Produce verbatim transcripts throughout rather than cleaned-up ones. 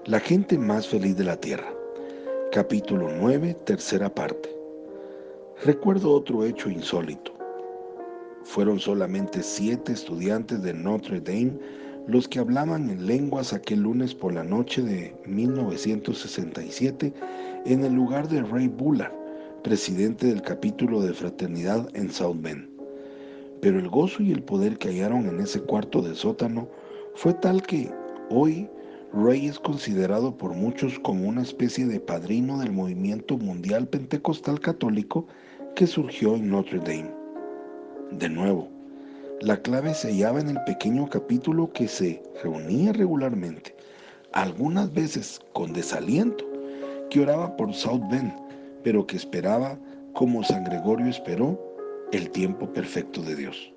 La gente más feliz de la tierra. Capítulo nueve, tercera parte. Recuerdo otro hecho insólito. Fueron solamente siete estudiantes de Notre Dame los que hablaban en lenguas aquel lunes por la noche de mil novecientos sesenta y siete en el lugar de Ray Bullard, presidente del capítulo de fraternidad en South Bend. Pero el gozo y el poder que hallaron en ese cuarto de sótano fue tal que hoy Ray es considerado por muchos como una especie de padrino del movimiento mundial pentecostal católico que surgió en Notre Dame. De nuevo, la clave se hallaba en el pequeño capítulo que se reunía regularmente, algunas veces con desaliento, que oraba por South Bend, pero que esperaba, como San Gregorio esperó, el tiempo perfecto de Dios.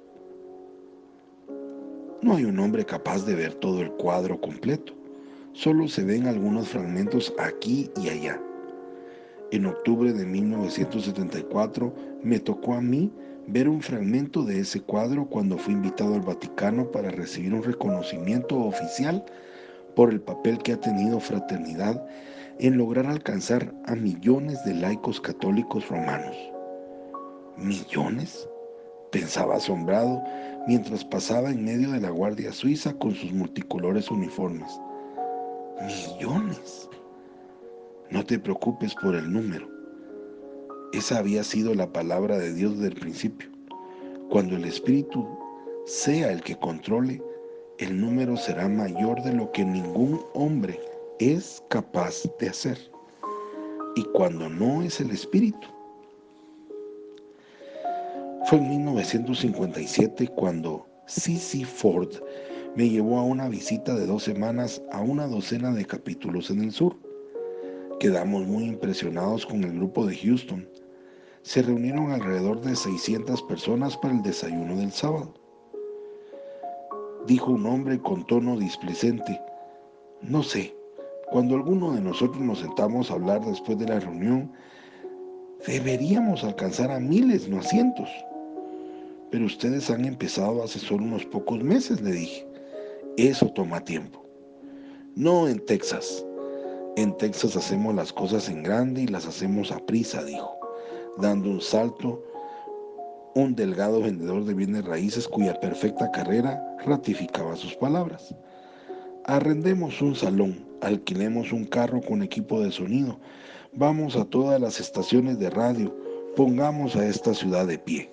No hay un hombre capaz de ver todo el cuadro completo, solo se ven algunos fragmentos aquí y allá. En octubre de mil novecientos setenta y cuatro me tocó a mí ver un fragmento de ese cuadro cuando fui invitado al Vaticano para recibir un reconocimiento oficial por el papel que ha tenido Fraternidad en lograr alcanzar a millones de laicos católicos romanos. ¿Millones?, pensaba asombrado mientras pasaba en medio de la Guardia Suiza con sus multicolores uniformes. ¡Millones! No te preocupes por el número. Esa había sido la palabra de Dios desde el principio. Cuando el Espíritu sea el que controle, el número será mayor de lo que ningún hombre es capaz de hacer. Y cuando no es el Espíritu. Fue en mil novecientos cincuenta y siete cuando C C Ford me llevó a una visita de dos semanas a una docena de capítulos en el sur. Quedamos muy impresionados con el grupo de Houston. Se reunieron alrededor de seiscientas personas para el desayuno del sábado. Dijo un hombre con tono displicente: no sé, cuando alguno de nosotros nos sentamos a hablar después de la reunión, deberíamos alcanzar a miles, no a cientos. Pero ustedes han empezado hace solo unos pocos meses, le dije. Eso toma tiempo. No en Texas. En Texas hacemos las cosas en grande y las hacemos a prisa, dijo, dando un salto un delgado vendedor de bienes raíces cuya perfecta carrera ratificaba sus palabras. Arrendemos un salón, alquilemos un carro con equipo de sonido, vamos a todas las estaciones de radio, pongamos a esta ciudad de pie.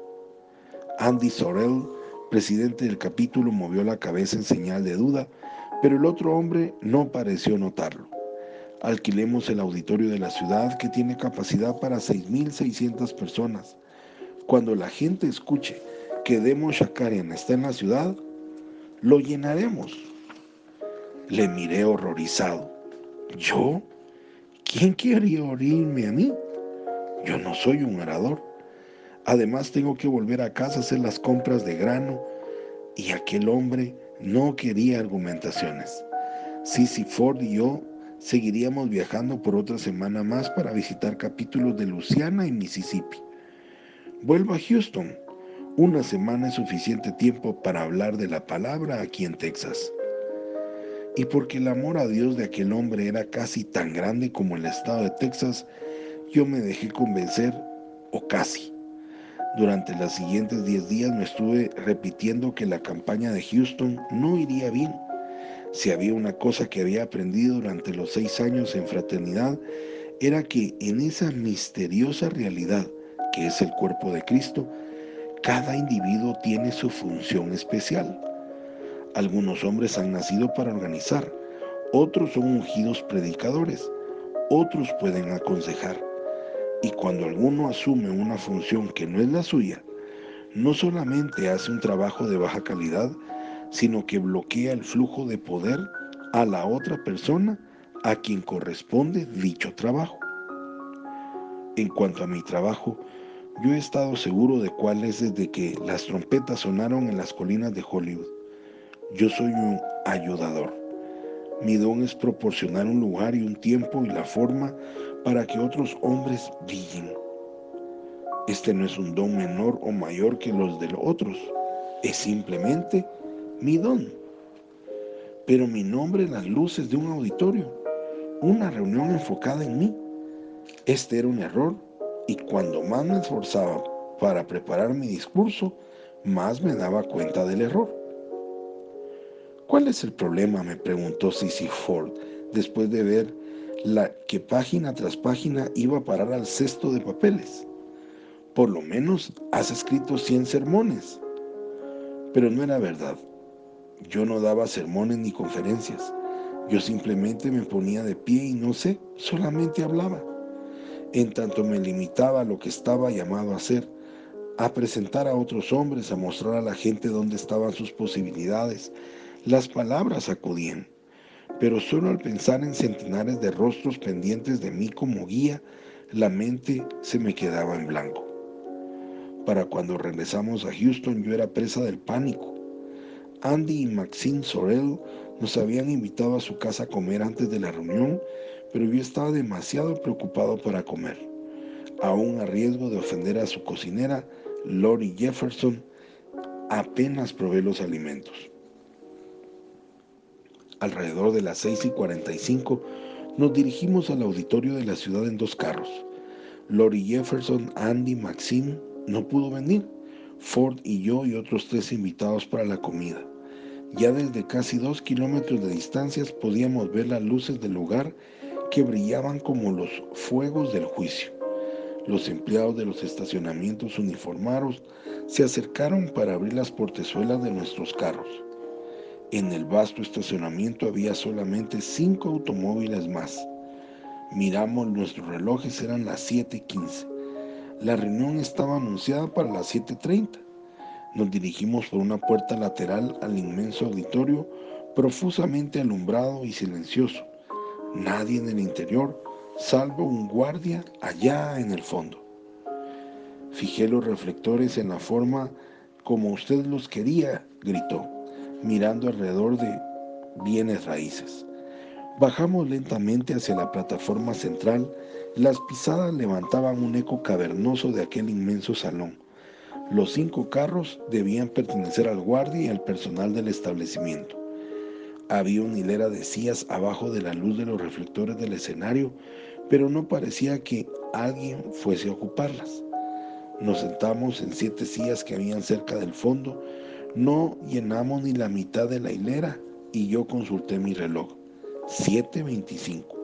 Andy Sorrell, presidente del capítulo, movió la cabeza en señal de duda, pero el otro hombre no pareció notarlo. Alquilemos el auditorio de la ciudad que tiene capacidad para seis mil seiscientas personas. Cuando la gente escuche que Demo Shakarian está en la ciudad, lo llenaremos. Le miré horrorizado. ¿Yo? ¿Quién quería oírme a mí? Yo no soy un orador. Además tengo que volver a casa a hacer las compras de grano, y aquel hombre no quería argumentaciones. C C Ford y yo seguiríamos viajando por otra semana más para visitar capítulos de Luisiana y Mississippi. Vuelvo a Houston. Una semana es suficiente tiempo para hablar de la palabra aquí en Texas. Y porque el amor a Dios de aquel hombre era casi tan grande como el estado de Texas, yo me dejé convencer, o casi. Durante los siguientes diez días me estuve repitiendo que la campaña de Houston no iría bien. Si había una cosa que había aprendido durante los seis años en fraternidad, era que en esa misteriosa realidad que es el cuerpo de Cristo, cada individuo tiene su función especial. Algunos hombres han nacido para organizar, otros son ungidos predicadores, otros pueden aconsejar. Y cuando alguno asume una función que no es la suya, no solamente hace un trabajo de baja calidad, sino que bloquea el flujo de poder a la otra persona a quien corresponde dicho trabajo. En cuanto a mi trabajo, yo he estado seguro de cuál es desde que las trompetas sonaron en las colinas de Hollywood. Yo soy un ayudador. Mi don es proporcionar un lugar y un tiempo y la forma para que otros hombres brillen. Este no es un don menor o mayor que los de los otros, es simplemente mi don. pero mi nombre en las luces de un auditorio, una reunión enfocada en mí. Este era un error, y cuando más me esforzaba para preparar mi discurso, más me daba cuenta del error. ¿Cuál es el problema?, me preguntó Sissy Ford, después de ver la que página tras página iba a parar al cesto de papeles. Por lo menos has escrito cien sermones. Pero no era verdad. Yo no daba sermones ni conferencias. Yo simplemente me ponía de pie y no sé, solamente hablaba. En tanto me limitaba a lo que estaba llamado a hacer, a presentar a otros hombres, a mostrar a la gente dónde estaban sus posibilidades. Las palabras acudían, pero solo al pensar en centenares de rostros pendientes de mí como guía, la mente se me quedaba en blanco. Para cuando regresamos a Houston, yo era presa del pánico. Andy y Maxine Sorrell nos habían invitado a su casa a comer antes de la reunión, pero yo estaba demasiado preocupado para comer. Aún a riesgo de ofender a su cocinera, Lori Jefferson, apenas probé los alimentos. Alrededor de las seis y cuarenta y cinco nos dirigimos al auditorio de la ciudad en dos carros. Lori Jefferson, Andy, Maxine no pudo venir. Ford y yo y otros tres invitados para la comida. Ya desde casi dos kilómetros de distancia podíamos ver las luces del lugar que brillaban como los fuegos del juicio. Los empleados de los estacionamientos uniformados se acercaron para abrir las portezuelas de nuestros carros. En el vasto estacionamiento había solamente cinco automóviles más. Miramos nuestros relojes, eran las siete quince. La reunión estaba anunciada para las siete treinta. Nos dirigimos por una puerta lateral al inmenso auditorio, profusamente alumbrado y silencioso. Nadie en el interior, salvo un guardia allá en el fondo. Fijé los reflectores en la forma como usted los quería, gritó, mirando alrededor de bienes raíces. Bajamos lentamente hacia la plataforma central. Las pisadas levantaban un eco cavernoso de aquel inmenso salón. Los cinco carros debían pertenecer al guardia y al personal del establecimiento. Había una hilera de sillas abajo de la luz de los reflectores del escenario, pero no parecía que alguien fuese a ocuparlas. Nos sentamos en siete sillas que habían cerca del fondo. No llenamos ni la mitad de la hilera y yo consulté mi reloj. siete veinticinco.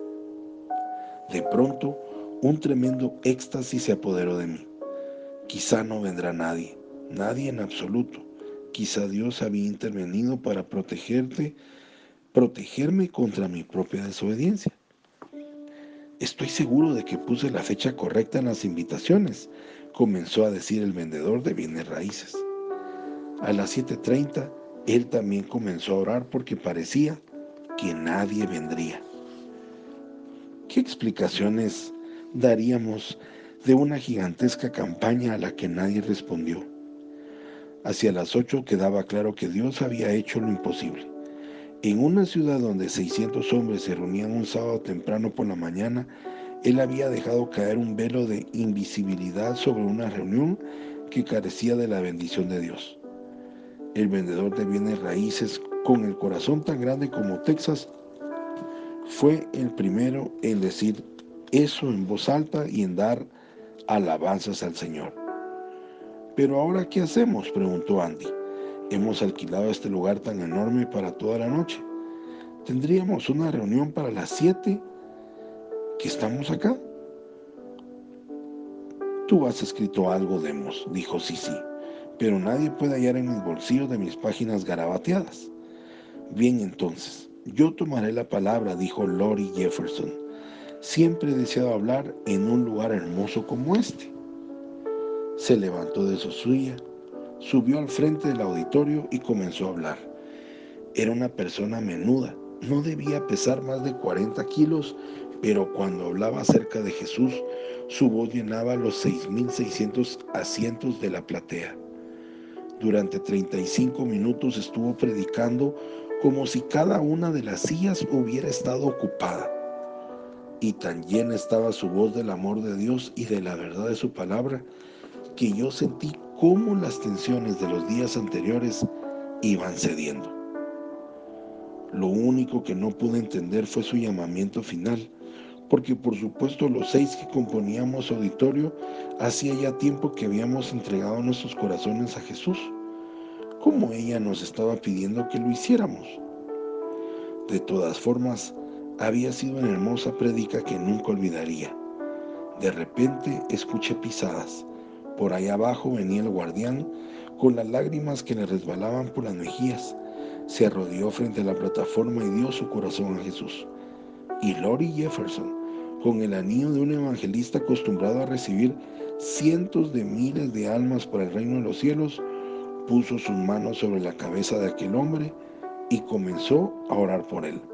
De pronto, un tremendo éxtasis se apoderó de mí. Quizá no vendrá nadie, nadie en absoluto. Quizá Dios había intervenido para protegerte, protegerme contra mi propia desobediencia. Estoy seguro de que puse la fecha correcta en las invitaciones, comenzó a decir el vendedor de bienes raíces. A las siete treinta, él también comenzó a orar porque parecía que nadie vendría. ¿Qué explicaciones daríamos de una gigantesca campaña a la que nadie respondió? Hacia las ocho quedaba claro que Dios había hecho lo imposible. En una ciudad donde seiscientos hombres se reunían un sábado temprano por la mañana, Él había dejado caer un velo de invisibilidad sobre una reunión que carecía de la bendición de Dios. El vendedor de bienes raíces, con el corazón tan grande como Texas, fue el primero en decir eso en voz alta y en dar alabanzas al Señor. ¿Pero ahora qué hacemos?, preguntó Andy. Hemos alquilado este lugar tan enorme para toda la noche. ¿Tendríamos una reunión para las siete que estamos acá? Tú has escrito algo, Demos, dijo Sissy, pero nadie puede hallar en mis bolsillos de mis páginas garabateadas. Bien, entonces, yo tomaré la palabra, dijo Lori Jefferson. Siempre he deseado hablar en un lugar hermoso como este. Se levantó de su silla, subió al frente del auditorio y comenzó a hablar. Era una persona menuda, no debía pesar más de cuarenta kilos, pero cuando hablaba acerca de Jesús, su voz llenaba los seis mil seiscientos asientos de la platea. Durante treinta y cinco minutos estuvo predicando como si cada una de las sillas hubiera estado ocupada. Y tan llena estaba su voz del amor de Dios y de la verdad de su palabra, que yo sentí cómo las tensiones de los días anteriores iban cediendo. Lo único que no pude entender fue su llamamiento final, porque por supuesto los seis que componíamos su auditorio hacía ya tiempo que habíamos entregado nuestros corazones a Jesús, como ella nos estaba pidiendo que lo hiciéramos. De todas formas, había sido una hermosa prédica que nunca olvidaría. De repente escuché pisadas. Por ahí abajo venía el guardián, con las lágrimas que le resbalaban por las mejillas. Se arrodilló frente a la plataforma y dio su corazón a Jesús. Y Lori Jefferson, con el anillo de un evangelista acostumbrado a recibir cientos de miles de almas para el reino de los cielos, puso sus manos sobre la cabeza de aquel hombre y comenzó a orar por él.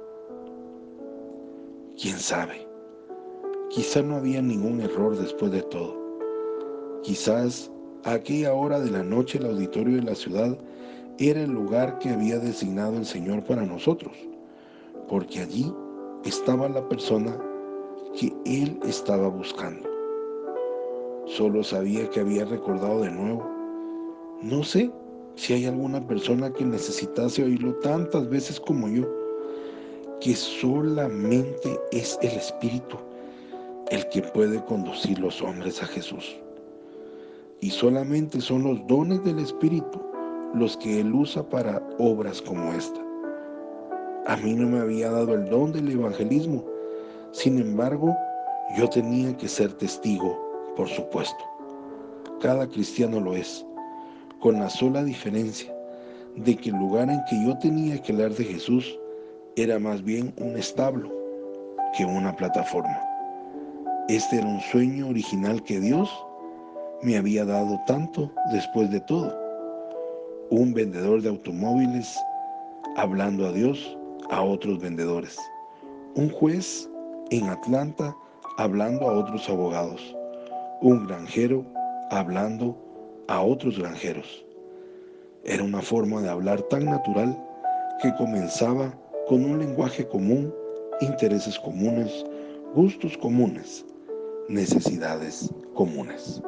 ¿Quién sabe? Quizá no había ningún error después de todo. Quizás a aquella hora de la noche el auditorio de la ciudad era el lugar que había designado el Señor para nosotros, porque allí estaba la persona que Él estaba buscando. Solo sabía que había recordado de nuevo. No sé si hay alguna persona que necesitase oírlo tantas veces como yo, que solamente es el Espíritu el que puede conducir los hombres a Jesús. Y solamente son los dones del Espíritu los que Él usa para obras como esta. A mí no me había dado el don del evangelismo, sin embargo, yo tenía que ser testigo, por supuesto. Cada cristiano lo es, con la sola diferencia de que el lugar en que yo tenía que hablar de Jesús era más bien un establo que una plataforma. Este era un sueño original que Dios me había dado tanto después de todo. Un vendedor de automóviles hablando a Dios a otros vendedores. Un juez en Atlanta hablando a otros abogados. Un granjero hablando a otros granjeros. Era una forma de hablar tan natural que comenzaba con un lenguaje común, intereses comunes, gustos comunes, necesidades comunes.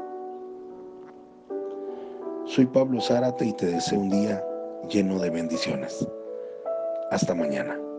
Soy Pablo Zárate y te deseo un día lleno de bendiciones. Hasta mañana.